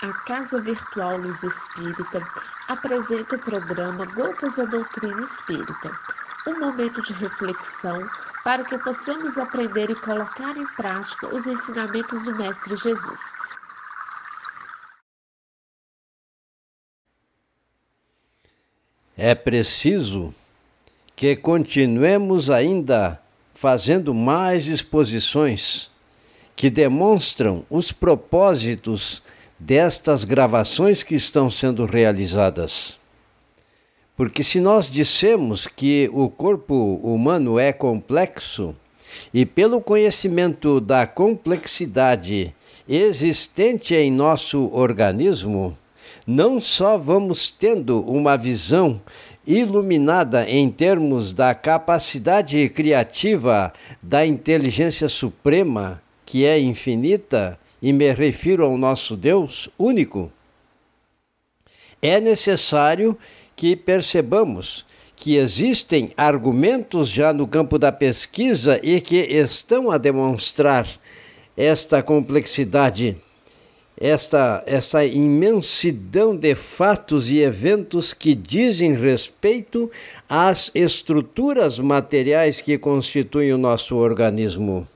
A Casa Virtual Luz Espírita apresenta o programa Gotas da Doutrina Espírita, um momento de reflexão para que possamos aprender e colocar em prática os ensinamentos do Mestre Jesus. É preciso que continuemos ainda fazendo mais exposições que demonstram os propósitos destas gravações que estão sendo realizadas. Porque se nós dissemos que o corpo humano é complexo, e pelo conhecimento da complexidade existente em nosso organismo, não só vamos tendo uma visão iluminada em termos da capacidade criativa da inteligência suprema, que é infinita, e me refiro ao nosso Deus único, é necessário que percebamos que existem argumentos já no campo da pesquisa e que estão a demonstrar esta complexidade, essa imensidão de fatos e eventos que dizem respeito às estruturas materiais que constituem o nosso organismo.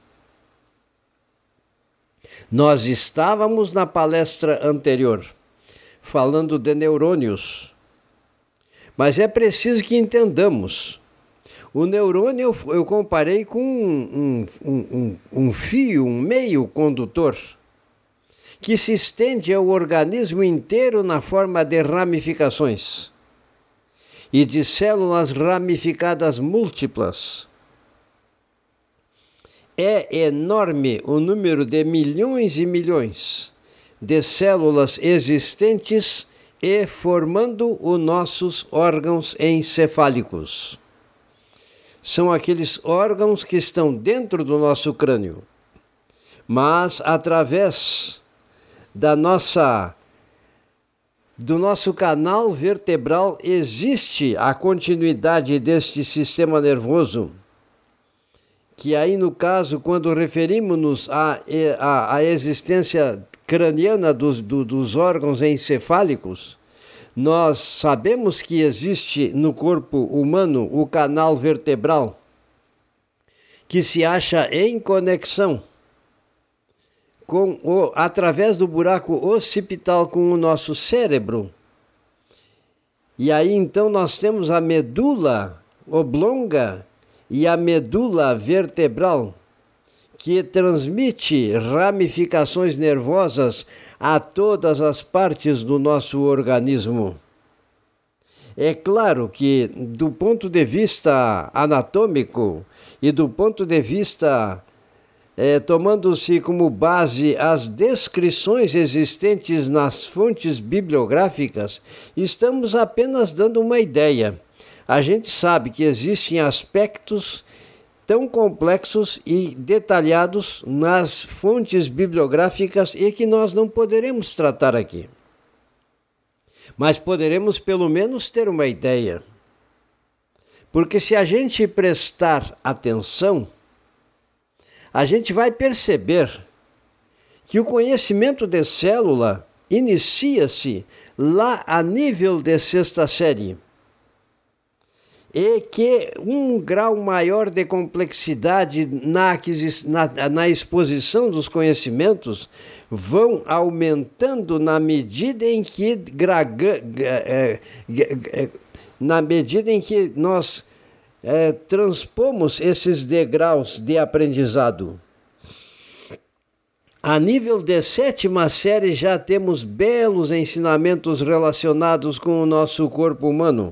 Nós estávamos na palestra anterior falando de neurônios, mas é preciso que entendamos. O neurônio eu comparei com um fio, um meio condutor, que se estende ao organismo inteiro na forma de ramificações e de células ramificadas múltiplas. É enorme o número de milhões e milhões de células existentes e formando os nossos órgãos encefálicos. São aqueles órgãos que estão dentro do nosso crânio, mas através do nosso canal vertebral existe a continuidade deste sistema nervoso, que aí no caso, quando referimos-nos à existência craniana dos órgãos encefálicos, nós sabemos que existe no corpo humano o canal vertebral, que se acha em conexão através do buraco occipital com o nosso cérebro. E aí então nós temos a medula oblonga e a medula vertebral, que transmite ramificações nervosas a todas as partes do nosso organismo. É claro que, do ponto de vista anatômico e do ponto de vista tomando-se como base as descrições existentes nas fontes bibliográficas, estamos apenas dando uma ideia. A gente sabe que existem aspectos tão complexos e detalhados nas fontes bibliográficas e que nós não poderemos tratar aqui. Mas poderemos pelo menos ter uma ideia. Porque se a gente prestar atenção, a gente vai perceber que o conhecimento de célula inicia-se lá a nível de sexta série. E que um grau maior de complexidade na exposição dos conhecimentos vão aumentando na medida em que nós transpomos esses degraus de aprendizado. A nível de sétima série já temos belos ensinamentos relacionados com o nosso corpo humano.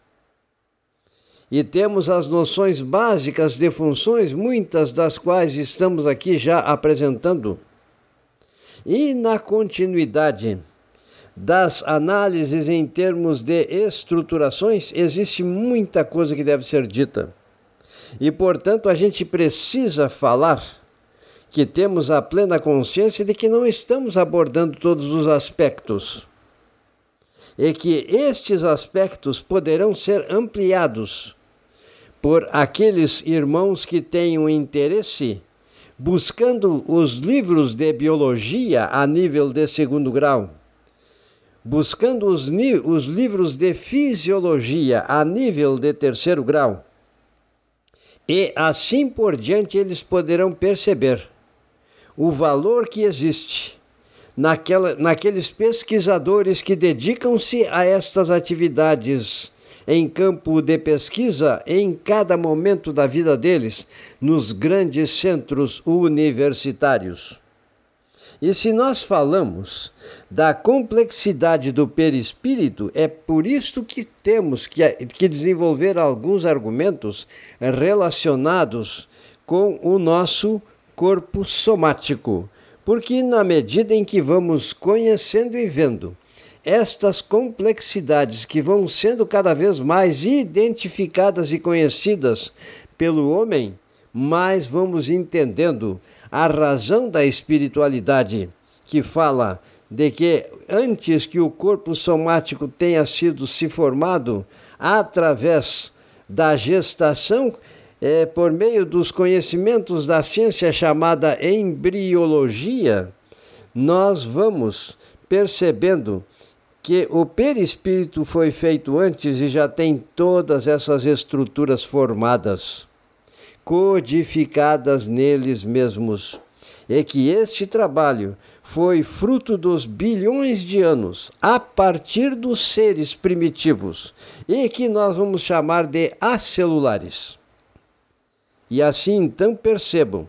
E temos as noções básicas de funções, muitas das quais estamos aqui já apresentando. E na continuidade das análises em termos de estruturações, existe muita coisa que deve ser dita. E, portanto, a gente precisa falar que temos a plena consciência de que não estamos abordando todos os aspectos. E que estes aspectos poderão ser ampliados por aqueles irmãos que tenham interesse, buscando os livros de biologia a nível de segundo grau, buscando os livros de fisiologia a nível de 3º grau. E assim por diante eles poderão perceber o valor que existe naqueles pesquisadores que dedicam-se a estas atividades em campo de pesquisa em cada momento da vida deles, nos grandes centros universitários. E se nós falamos da complexidade do perispírito, é por isso que temos que desenvolver alguns argumentos relacionados com o nosso corpo somático. Porque na medida em que vamos conhecendo e vendo estas complexidades que vão sendo cada vez mais identificadas e conhecidas pelo homem, mais vamos entendendo a razão da espiritualidade, que fala de que antes que o corpo somático tenha sido se formado, através da gestação, por meio dos conhecimentos da ciência chamada embriologia, nós vamos percebendo que o perispírito foi feito antes e já tem todas essas estruturas formadas, codificadas neles mesmos, e que este trabalho foi fruto dos bilhões de anos a partir dos seres primitivos e que nós vamos chamar de acelulares. E assim então percebam,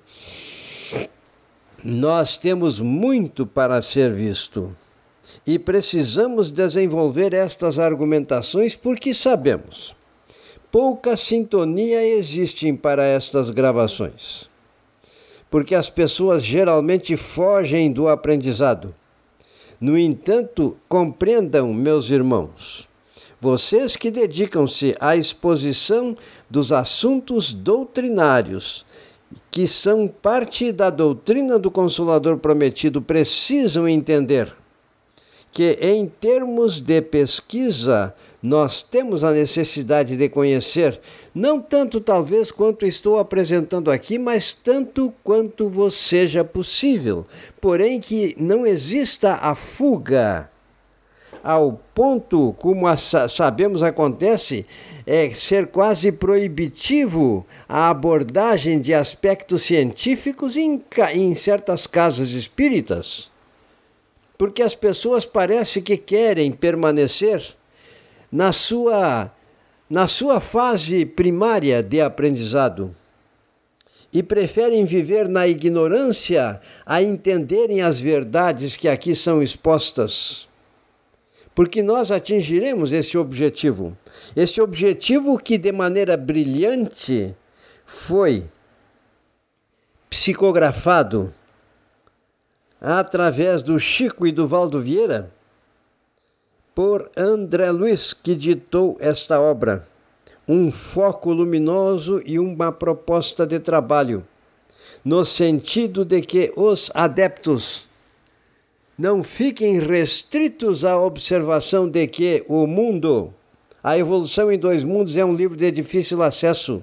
nós temos muito para ser visto e precisamos desenvolver estas argumentações porque sabemos pouca sintonia existe para estas gravações, porque as pessoas geralmente fogem do aprendizado. No entanto, compreendam, meus irmãos, vocês que dedicam-se à exposição dos assuntos doutrinários, que são parte da doutrina do Consolador Prometido, precisam entender que, em termos de pesquisa, nós temos a necessidade de conhecer, não tanto talvez quanto estou apresentando aqui, mas tanto quanto vos seja possível. Porém que não exista a fuga ao ponto, como sabemos acontece, ser quase proibitivo a abordagem de aspectos científicos em certas casas espíritas. Porque as pessoas parece que querem permanecer na sua fase primária de aprendizado e preferem viver na ignorância a entenderem as verdades que aqui são expostas. Porque nós atingiremos esse objetivo que de maneira brilhante foi psicografado através do Chico e do Valdo Vieira, por André Luiz, que ditou esta obra, um foco luminoso e uma proposta de trabalho, no sentido de que os adeptos não fiquem restritos à observação de que o mundo, a evolução em 2 mundos, é um livro de difícil acesso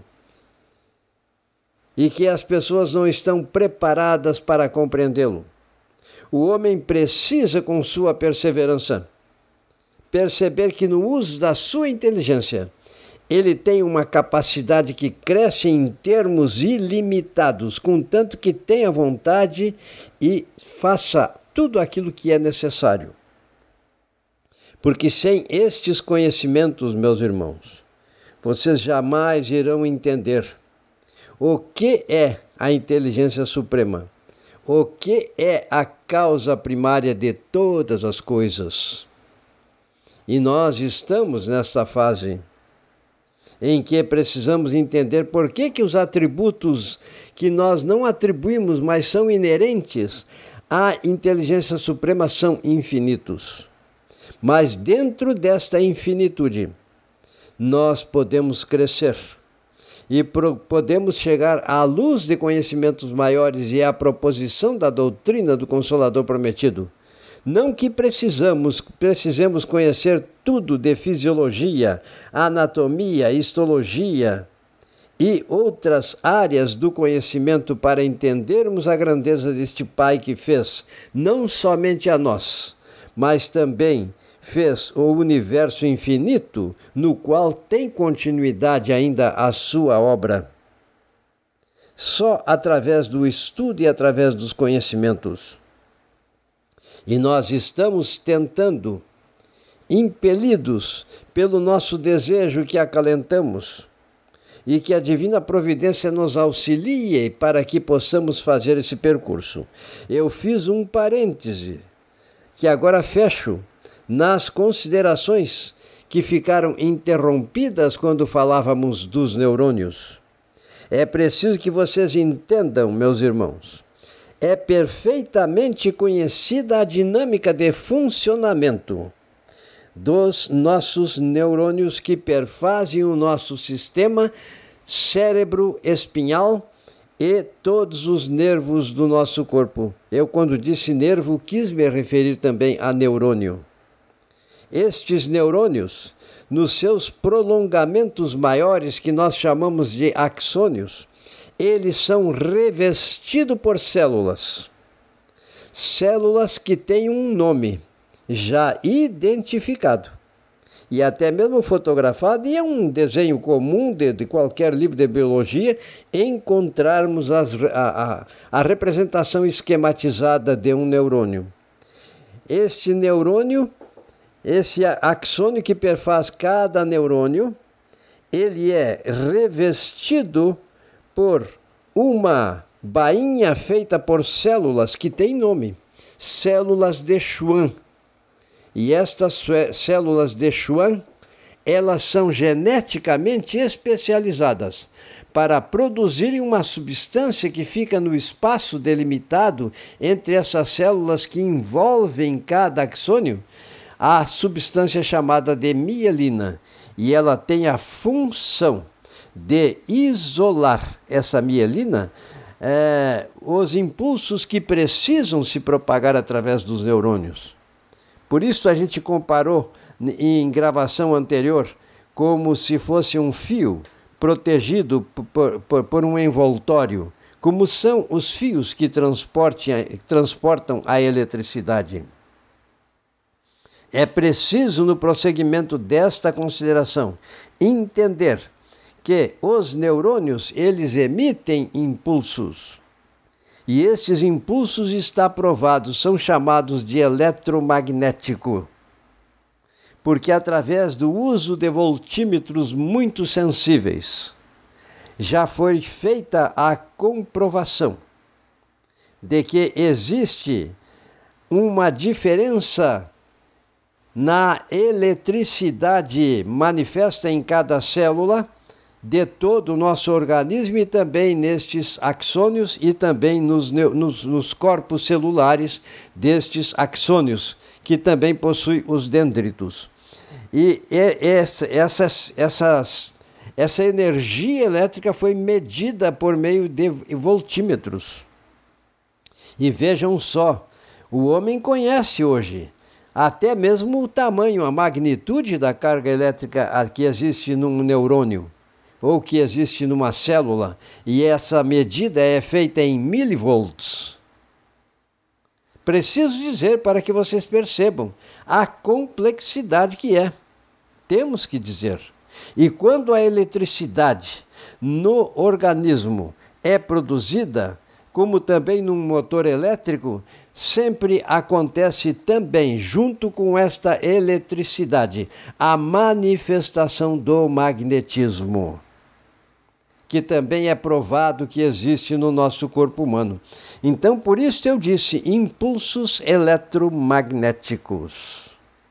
e que as pessoas não estão preparadas para compreendê-lo. O homem precisa, com sua perseverança, perceber que no uso da sua inteligência, ele tem uma capacidade que cresce em termos ilimitados, contanto que tenha vontade e faça tudo aquilo que é necessário. Porque sem estes conhecimentos, meus irmãos, vocês jamais irão entender o que é a inteligência suprema, o que é a causa primária de todas as coisas. E nós estamos nessa fase em que precisamos entender por que os atributos que nós não atribuímos, mas são inerentes à inteligência suprema, são infinitos. Mas dentro desta infinitude, nós podemos crescer e podemos chegar à luz de conhecimentos maiores e à proposição da doutrina do Consolador Prometido. Não que precisemos conhecer tudo de fisiologia, anatomia, histologia e outras áreas do conhecimento para entendermos a grandeza deste Pai que fez, não somente a nós, mas também fez o universo infinito, no qual tem continuidade ainda a sua obra. Só através do estudo e através dos conhecimentos. E nós estamos tentando, impelidos pelo nosso desejo que acalentamos, e que a Divina Providência nos auxilie para que possamos fazer esse percurso. Eu fiz um parêntese, que agora fecho, nas considerações que ficaram interrompidas quando falávamos dos neurônios. É preciso que vocês entendam, meus irmãos, é perfeitamente conhecida a dinâmica de funcionamento dos nossos neurônios que perfazem o nosso sistema cérebro espinhal e todos os nervos do nosso corpo. Eu, quando disse nervo, quis me referir também a neurônio. Estes neurônios, nos seus prolongamentos maiores, que nós chamamos de axônios, eles são revestidos por células. Células que têm um nome já identificado e até mesmo fotografado, e é um desenho comum de qualquer livro de biologia, encontrarmos a representação esquematizada de um neurônio. Este neurônio, esse axônio que perfaz cada neurônio, ele é revestido por uma bainha feita por células que tem nome, células de Schwann. E estas células de Schwann, elas são geneticamente especializadas para produzirem uma substância que fica no espaço delimitado entre essas células que envolvem cada axônio, a substância chamada de mielina. E ela tem a função de isolar essa mielina, os impulsos que precisam se propagar através dos neurônios. Por isso a gente comparou em gravação anterior como se fosse um fio protegido por um envoltório, como são os fios que transportam a eletricidade. É preciso, no prosseguimento desta consideração, entender que os neurônios, eles emitem impulsos. E estes impulsos, está provado, são chamados de eletromagnético. Porque através do uso de voltímetros muito sensíveis, já foi feita a comprovação de que existe uma diferença na eletricidade manifesta em cada célula de todo o nosso organismo, e também nestes axônios e também nos corpos celulares destes axônios, que também possuem os dendritos. E essa energia elétrica foi medida por meio de voltímetros. E vejam só, o homem conhece hoje até mesmo o tamanho, a magnitude da carga elétrica que existe num neurônio, ou que existe numa célula, e essa medida é feita em milivolts. Preciso dizer para que vocês percebam a complexidade que é. Temos que dizer. E quando a eletricidade no organismo é produzida, como também num motor elétrico, sempre acontece também, junto com esta eletricidade, a manifestação do magnetismo, que também é provado que existe no nosso corpo humano. Então, por isso eu disse, impulsos eletromagnéticos.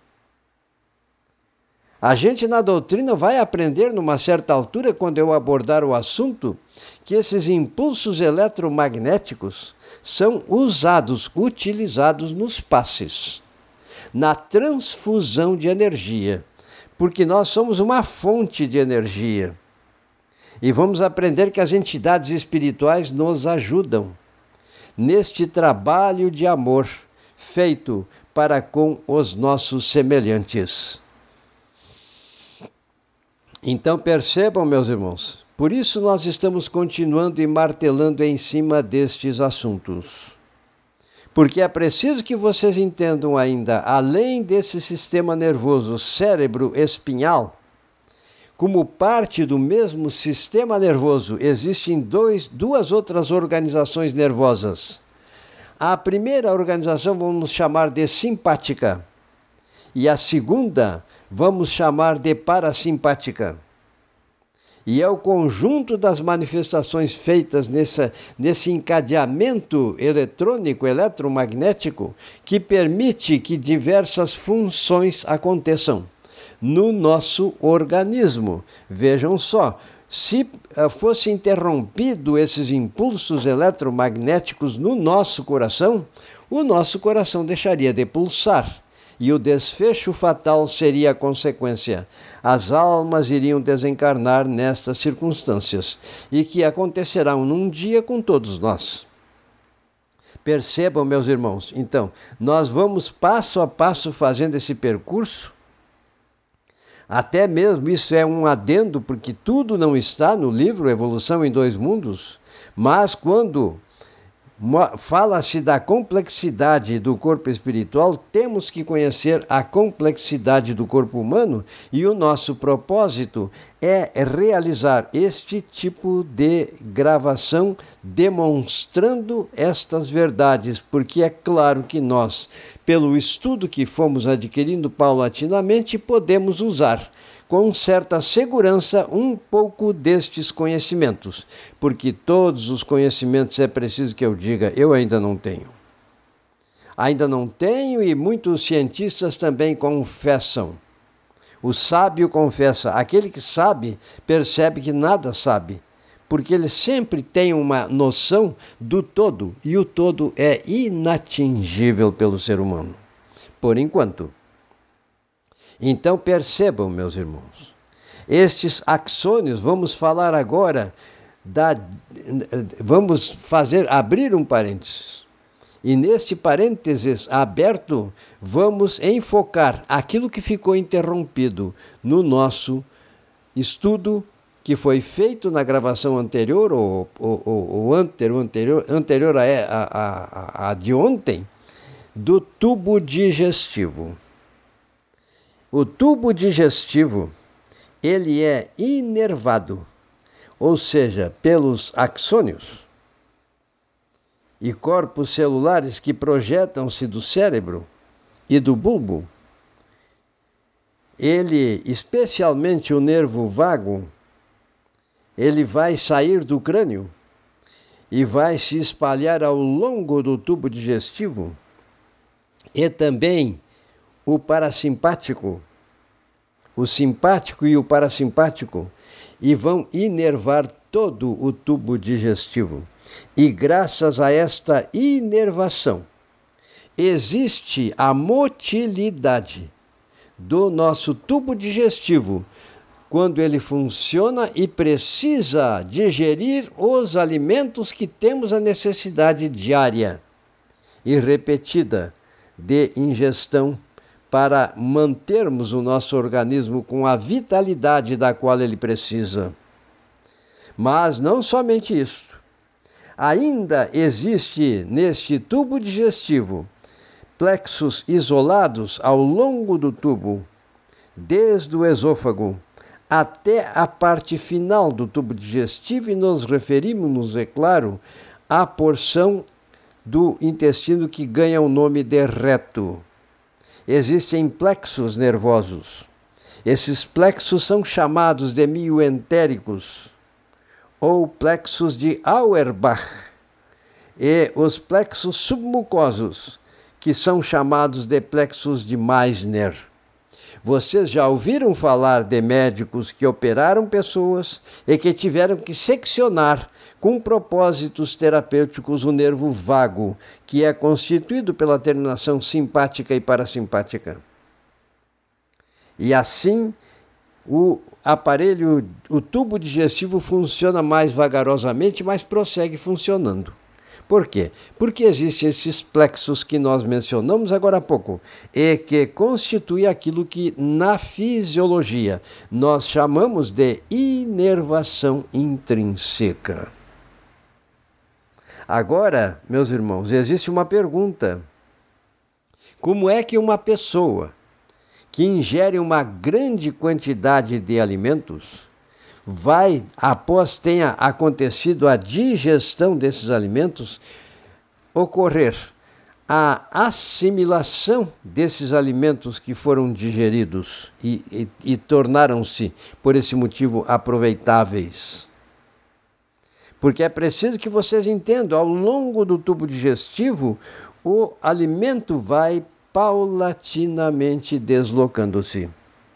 A gente na doutrina vai aprender numa certa altura, quando eu abordar o assunto, que esses impulsos eletromagnéticos são utilizados nos passes, na transfusão de energia, porque nós somos uma fonte de energia. E vamos aprender que as entidades espirituais nos ajudam neste trabalho de amor feito para com os nossos semelhantes. Então percebam, meus irmãos, por isso nós estamos continuando e martelando em cima destes assuntos. Porque é preciso que vocês entendam ainda, além desse sistema nervoso cérebro espinhal, como parte do mesmo sistema nervoso, existem duas outras organizações nervosas. A primeira organização vamos chamar de simpática e a segunda vamos chamar de parasimpática. E é o conjunto das manifestações feitas nesse encadeamento eletrônico, eletromagnético, que permite que diversas funções aconteçam no nosso organismo. Vejam só, se fosse interrompido esses impulsos eletromagnéticos no nosso coração, o nosso coração deixaria de pulsar. E o desfecho fatal seria a consequência. As almas iriam desencarnar nestas circunstâncias, e que acontecerão num dia com todos nós. Percebam, meus irmãos, então, nós vamos passo a passo fazendo esse percurso. Até mesmo isso é um adendo, porque tudo não está no livro Evolução em Dois Mundos, mas quando fala-se da complexidade do corpo espiritual, temos que conhecer a complexidade do corpo humano, e o nosso propósito é realizar este tipo de gravação demonstrando estas verdades, porque é claro que nós, pelo estudo que fomos adquirindo paulatinamente, podemos usar com certa segurança um pouco destes conhecimentos, porque todos os conhecimentos é preciso que eu diga, eu ainda não tenho. Ainda não tenho, e muitos cientistas também confessam. O sábio confessa, aquele que sabe percebe que nada sabe, porque ele sempre tem uma noção do todo, e o todo é inatingível pelo ser humano, por enquanto. Então percebam, meus irmãos, estes axônios, vamos falar agora, vamos abrir um parênteses. E neste parênteses aberto, vamos enfocar aquilo que ficou interrompido no nosso estudo, que foi feito na gravação anterior, ou anterior a de ontem, do tubo digestivo. O tubo digestivo, ele é inervado, ou seja, pelos axônios e corpos celulares que projetam-se do cérebro e do bulbo. Ele, especialmente o nervo vago, ele vai sair do crânio e vai se espalhar ao longo do tubo digestivo, e também o parasimpático, o simpático e o parasimpático, e vão inervar todo o tubo digestivo. E graças a esta inervação, existe a motilidade do nosso tubo digestivo, quando ele funciona e precisa digerir os alimentos que temos a necessidade diária e repetida de ingestão, para mantermos o nosso organismo com a vitalidade da qual ele precisa. Mas não somente isso. Ainda existe neste tubo digestivo plexos isolados ao longo do tubo, desde o esôfago até a parte final do tubo digestivo, e nos referimos, é claro, à porção do intestino que ganha o nome de reto. Existem plexos nervosos. Esses plexos são chamados de mioentéricos, ou plexos de Auerbach, e os plexos submucosos, que são chamados de plexos de Meissner. Vocês já ouviram falar de médicos que operaram pessoas e que tiveram que seccionar com propósitos terapêuticos o nervo vago, que é constituído pela terminação simpática e parasimpática. E assim, o tubo digestivo funciona mais vagarosamente, mas prossegue funcionando. Por quê? Porque existem esses plexos que nós mencionamos agora há pouco, e que constitui aquilo que na fisiologia nós chamamos de inervação intrínseca. Agora, meus irmãos, existe uma pergunta. Como é que uma pessoa que ingere uma grande quantidade de alimentos vai, após tenha acontecido a digestão desses alimentos, ocorrer a assimilação desses alimentos que foram digeridos e tornaram-se, por esse motivo, aproveitáveis? Porque é preciso que vocês entendam, ao longo do tubo digestivo, o alimento vai paulatinamente deslocando-se.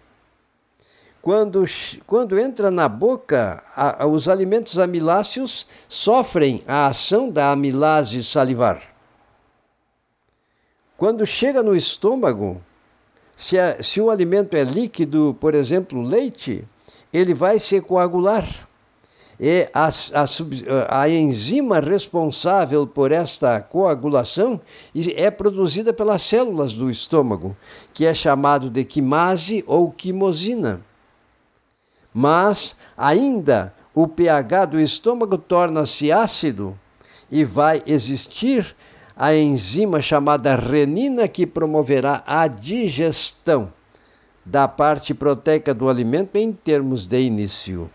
Quando entra na boca, os alimentos amiláceos sofrem a ação da amilase salivar. Quando chega no estômago, se o alimento é líquido, por exemplo, leite, ele vai se coagular. E a enzima responsável por esta coagulação é produzida pelas células do estômago, que é chamado de quimase ou quimosina. Mas ainda o pH do estômago torna-se ácido e vai existir a enzima chamada renina, que promoverá a digestão da parte proteica do alimento em termos de início.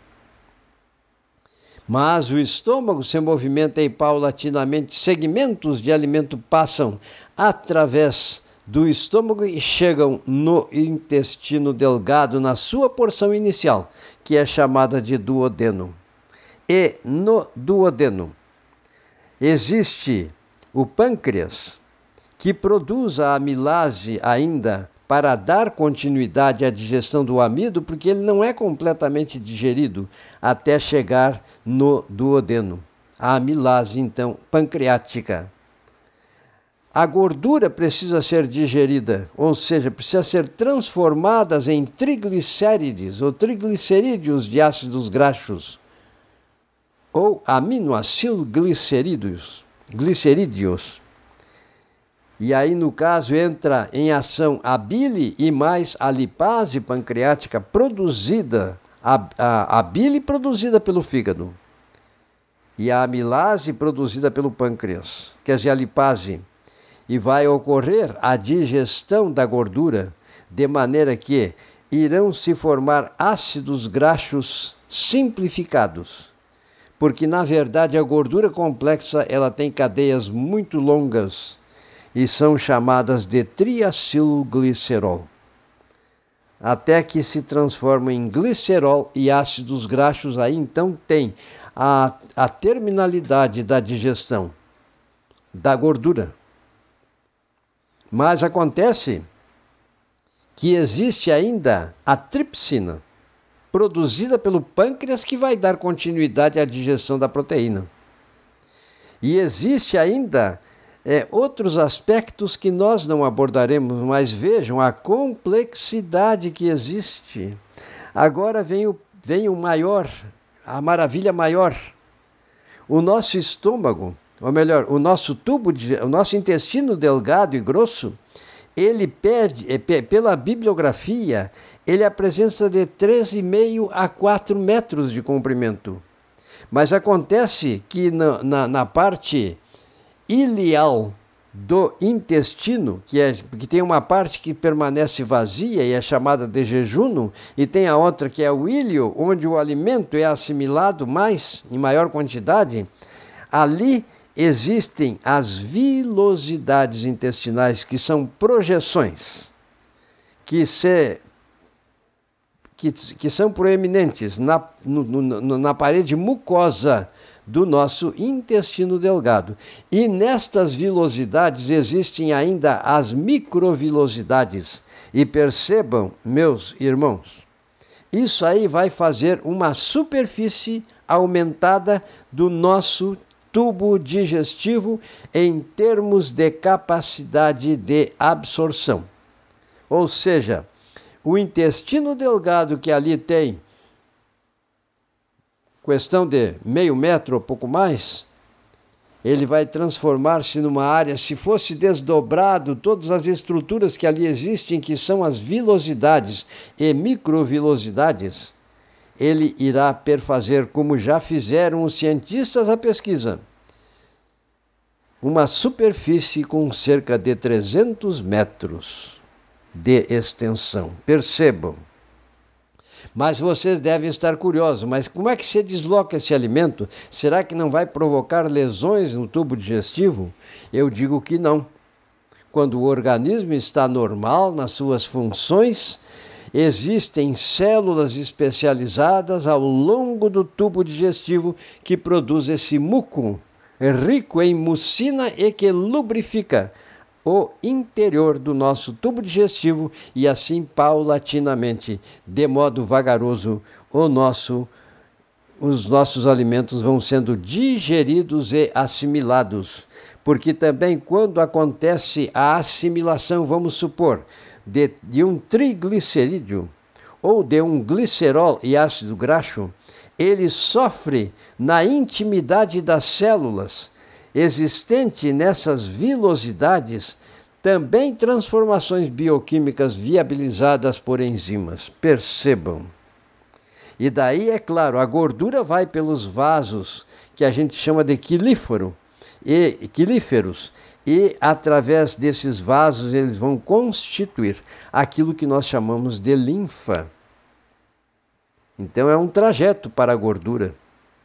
Mas o estômago se movimenta e paulatinamente segmentos de alimento passam através do estômago e chegam no intestino delgado na sua porção inicial, que é chamada de duodeno. E no duodeno existe o pâncreas, que produz a amilase ainda para dar continuidade à digestão do amido, porque ele não é completamente digerido até chegar no duodeno. A amilase, então, pancreática. A gordura precisa ser digerida, ou seja, precisa ser transformada em triglicérides ou triglicerídeos de ácidos graxos, ou aminoacilglicerídeos. E aí, no caso, entra em ação a bile e mais a lipase pancreática produzida, a bile produzida pelo fígado e a amilase produzida pelo pâncreas, quer dizer, a lipase. E vai ocorrer a digestão da gordura, de maneira que irão se formar ácidos graxos simplificados. Porque, na verdade, a gordura complexa ela tem cadeias muito longas, e são chamadas de triacilglicerol, até que se transformam em glicerol e ácidos graxos. Aí então tem a terminalidade da digestão da gordura. Mas acontece que existe ainda a tripsina, produzida pelo pâncreas, que vai dar continuidade à digestão da proteína. E existe ainda outros aspectos que nós não abordaremos, mas vejam a complexidade que existe. Agora vem o maior, a maravilha maior. O nosso estômago, ou melhor, o nosso o nosso intestino delgado e grosso, ele pede, pela bibliografia, ele apresenta de 3,5 a 4 metros de comprimento. Mas acontece que na parte ilial do intestino, que tem uma parte que permanece vazia e é chamada de jejuno, e tem a outra que é o íleo, onde o alimento é assimilado em maior quantidade, ali existem as vilosidades intestinais, que são projeções que são proeminentes na parede mucosa do nosso intestino delgado. E nestas vilosidades existem ainda as microvilosidades. E percebam, meus irmãos, isso aí vai fazer uma superfície aumentada do nosso tubo digestivo em termos de capacidade de absorção. Ou seja, o intestino delgado, que ali tem questão de meio metro ou pouco mais, ele vai transformar-se numa área, se fosse desdobrado todas as estruturas que ali existem, que são as vilosidades e microvilosidades, ele irá perfazer, como já fizeram os cientistas a pesquisa, uma superfície com cerca de 300 metros de extensão. Percebam. Mas vocês devem estar curiosos, mas como é que se desloca esse alimento? Será que não vai provocar lesões no tubo digestivo? Eu digo que não. Quando o organismo está normal nas suas funções, existem células especializadas ao longo do tubo digestivo que produz esse muco rico em mucina e que lubrifica o interior do nosso tubo digestivo e assim paulatinamente, de modo vagaroso, os nossos alimentos vão sendo digeridos e assimilados. Porque também quando acontece a assimilação, vamos supor, de um triglicerídeo ou de um glicerol e ácido graxo, ele sofre na intimidade das células, existente nessas vilosidades, também transformações bioquímicas viabilizadas por enzimas. Percebam. E daí, é claro, a gordura vai pelos vasos, que a gente chama de quilíferos, e através desses vasos eles vão constituir aquilo que nós chamamos de linfa. Então é um trajeto para a gordura.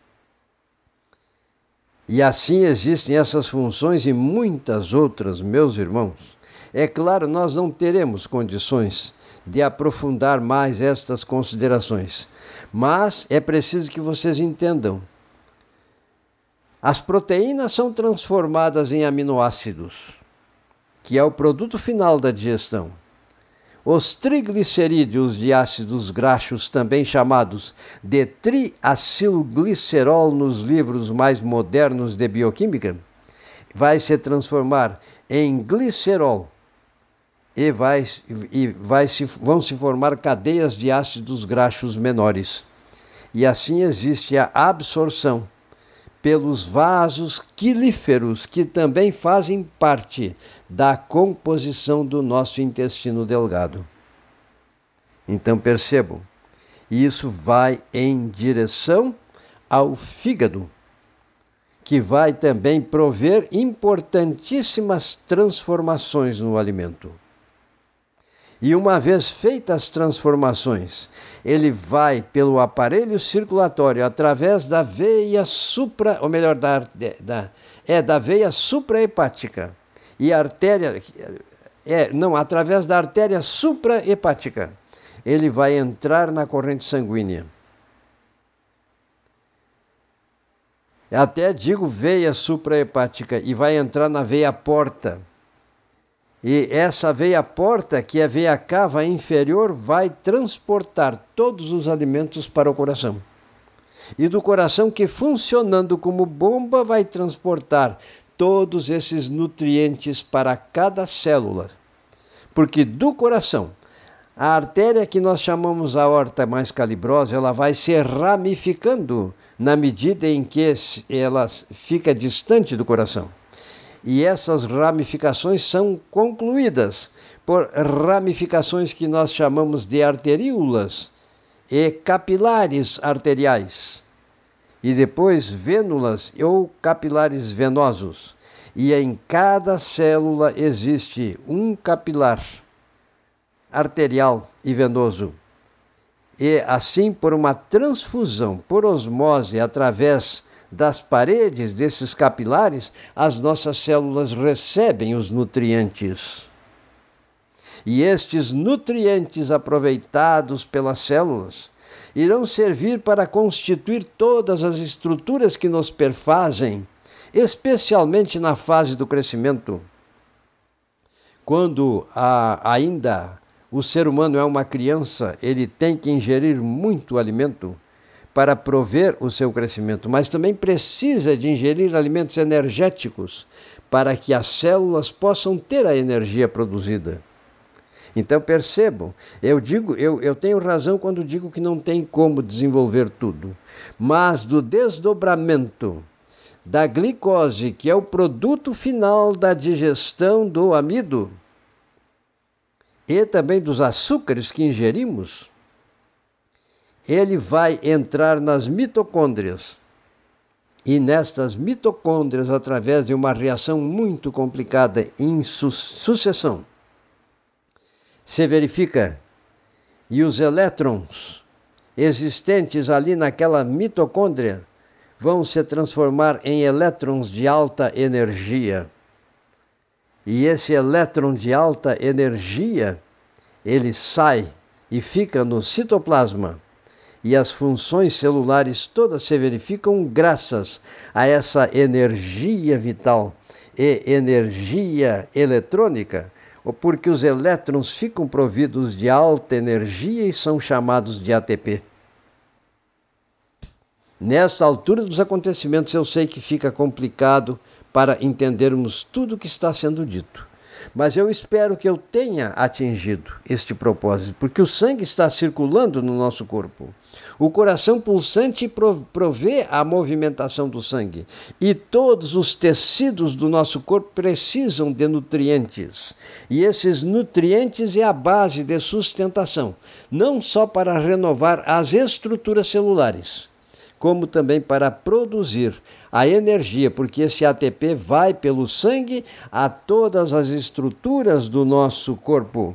E assim existem essas funções e muitas outras, meus irmãos. É claro, nós não teremos condições de aprofundar mais estas considerações, mas é preciso que vocês entendam. As proteínas são transformadas em aminoácidos, que é o produto final da digestão. Os triglicerídeos de ácidos graxos, também chamados de triacilglicerol nos livros mais modernos de bioquímica, vai se transformar em glicerol e vão se formar cadeias de ácidos graxos menores. E assim existe a absorção pelos vasos quilíferos, que também fazem parte da composição do nosso intestino delgado. Então percebam, isso vai em direção ao fígado, que vai também prover importantíssimas transformações no alimento. E uma vez feitas as transformações, ele vai pelo aparelho circulatório através da veia da veia suprahepática e através da artéria suprahepática. Ele vai entrar na corrente sanguínea. Até digo veia suprahepática e vai entrar na veia porta. E essa veia porta, que é a veia cava inferior, vai transportar todos os alimentos para o coração. E do coração, que funcionando como bomba, vai transportar todos esses nutrientes para cada célula. Porque do coração, a artéria que nós chamamos a aorta mais calibrosa, ela vai se ramificando na medida em que ela fica distante do coração. E essas ramificações são concluídas por ramificações que nós chamamos de arteríolas e capilares arteriais. E depois vênulas ou capilares venosos. E em cada célula existe um capilar arterial e venoso. E assim, por uma transfusão, por osmose, através das paredes desses capilares, as nossas células recebem os nutrientes. E estes nutrientes aproveitados pelas células irão servir para constituir todas as estruturas que nos perfazem, especialmente na fase do crescimento. Quando ainda o ser humano é uma criança, ele tem que ingerir muito alimento para prover o seu crescimento, mas também precisa de ingerir alimentos energéticos para que as células possam ter a energia produzida. Então percebam, eu tenho razão quando digo que não tem como desenvolver tudo, mas do desdobramento da glicose, que é o produto final da digestão do amido, e também dos açúcares que ingerimos, ele vai entrar nas mitocôndrias E nestas mitocôndrias, através de uma reação muito complicada em sucessão, se verifica e os elétrons existentes ali naquela mitocôndria vão se transformar em elétrons de alta energia. E esse elétron de alta energia, ele sai e fica no citoplasma. E as funções celulares todas se verificam graças a essa energia vital e energia eletrônica, porque os elétrons ficam providos de alta energia e são chamados de ATP. Nesta altura dos acontecimentos, eu sei que fica complicado para entendermos tudo o que está sendo dito. Mas eu espero que eu tenha atingido este propósito, porque o sangue está circulando no nosso corpo. O coração pulsante provê a movimentação do sangue. E todos os tecidos do nosso corpo precisam de nutrientes. E esses nutrientes é a base de sustentação, não só para renovar as estruturas celulares, como também para produzir a energia, porque esse ATP vai pelo sangue a todas as estruturas do nosso corpo.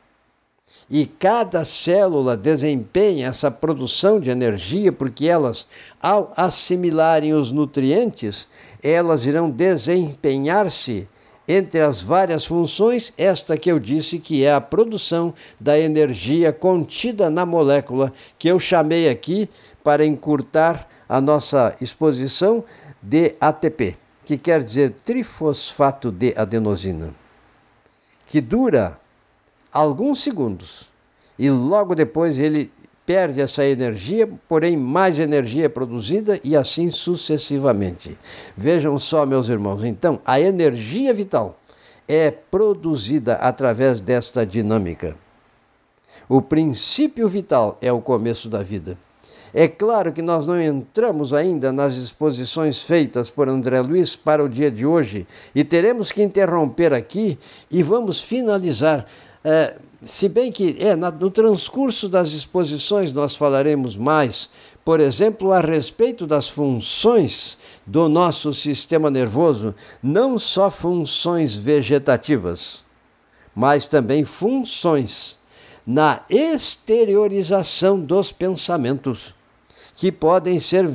E cada célula desempenha essa produção de energia, porque elas, ao assimilarem os nutrientes, elas irão desempenhar-se entre as várias funções, esta que eu disse que é a produção da energia contida na molécula, que eu chamei aqui, para encurtar a nossa exposição, de ATP, que quer dizer trifosfato de adenosina, que dura alguns segundos e logo depois ele perde essa energia, porém mais energia é produzida e assim sucessivamente. Vejam só, meus irmãos, então a energia vital é produzida através desta dinâmica. O princípio vital é o começo da vida. É claro que nós não entramos ainda nas exposições feitas por André Luiz para o dia de hoje e teremos que interromper aqui e vamos finalizar. Se bem que no transcurso das exposições nós falaremos mais, por exemplo, a respeito das funções do nosso sistema nervoso, não só funções vegetativas, mas também funções na exteriorização dos pensamentos, que podem ser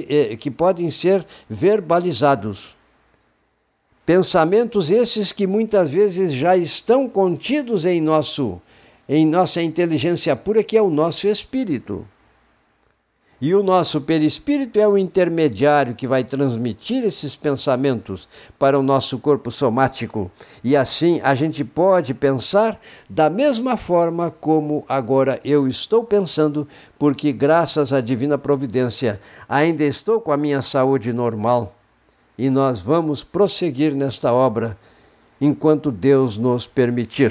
verbalizados. Pensamentos esses que muitas vezes já estão contidos em nossa inteligência pura, que é o nosso espírito. E o nosso perispírito é o intermediário que vai transmitir esses pensamentos para o nosso corpo somático. E assim a gente pode pensar da mesma forma como agora eu estou pensando, porque graças à divina providência ainda estou com a minha saúde normal. E nós vamos prosseguir nesta obra enquanto Deus nos permitir.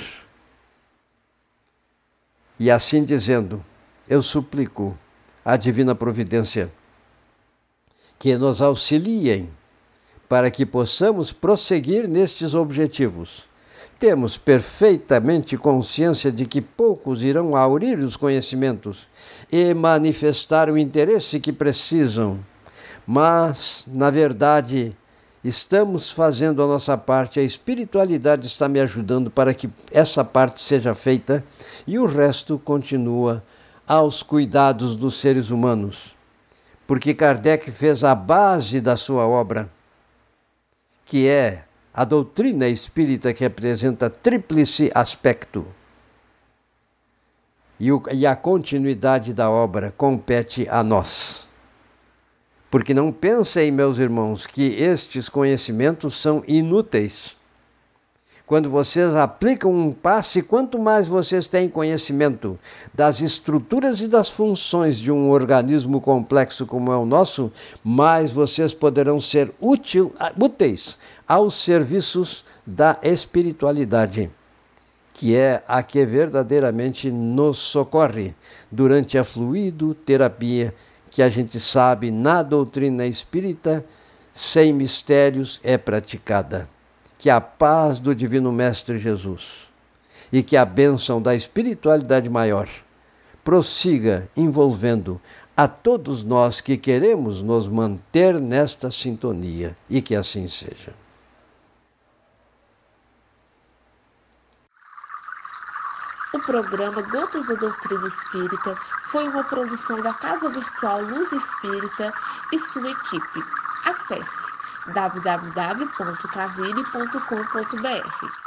E assim dizendo, eu suplico a divina providência que nos auxiliem para que possamos prosseguir nestes objetivos. Temos perfeitamente consciência de que poucos irão aurir os conhecimentos e manifestar o interesse que precisam, mas, na verdade, estamos fazendo a nossa parte, a espiritualidade está me ajudando para que essa parte seja feita e o resto continua aos cuidados dos seres humanos. Porque Kardec fez a base da sua obra, que é a doutrina espírita, que apresenta tríplice aspecto. E a continuidade da obra compete a nós. Porque não pensem, meus irmãos, que estes conhecimentos são inúteis. Quando vocês aplicam um passe, quanto mais vocês têm conhecimento das estruturas e das funções de um organismo complexo como é o nosso, mais vocês poderão ser úteis aos serviços da espiritualidade, que é a que verdadeiramente nos socorre durante a fluidoterapia, que a gente sabe na doutrina espírita, sem mistérios, é praticada. Que a paz do Divino Mestre Jesus e que a bênção da espiritualidade maior prossiga envolvendo a todos nós que queremos nos manter nesta sintonia, e que assim seja. O programa Gotas da Doutrina Espírita foi uma produção da Casa Virtual Luz Espírita e sua equipe. Acesse www.cavile.com.br.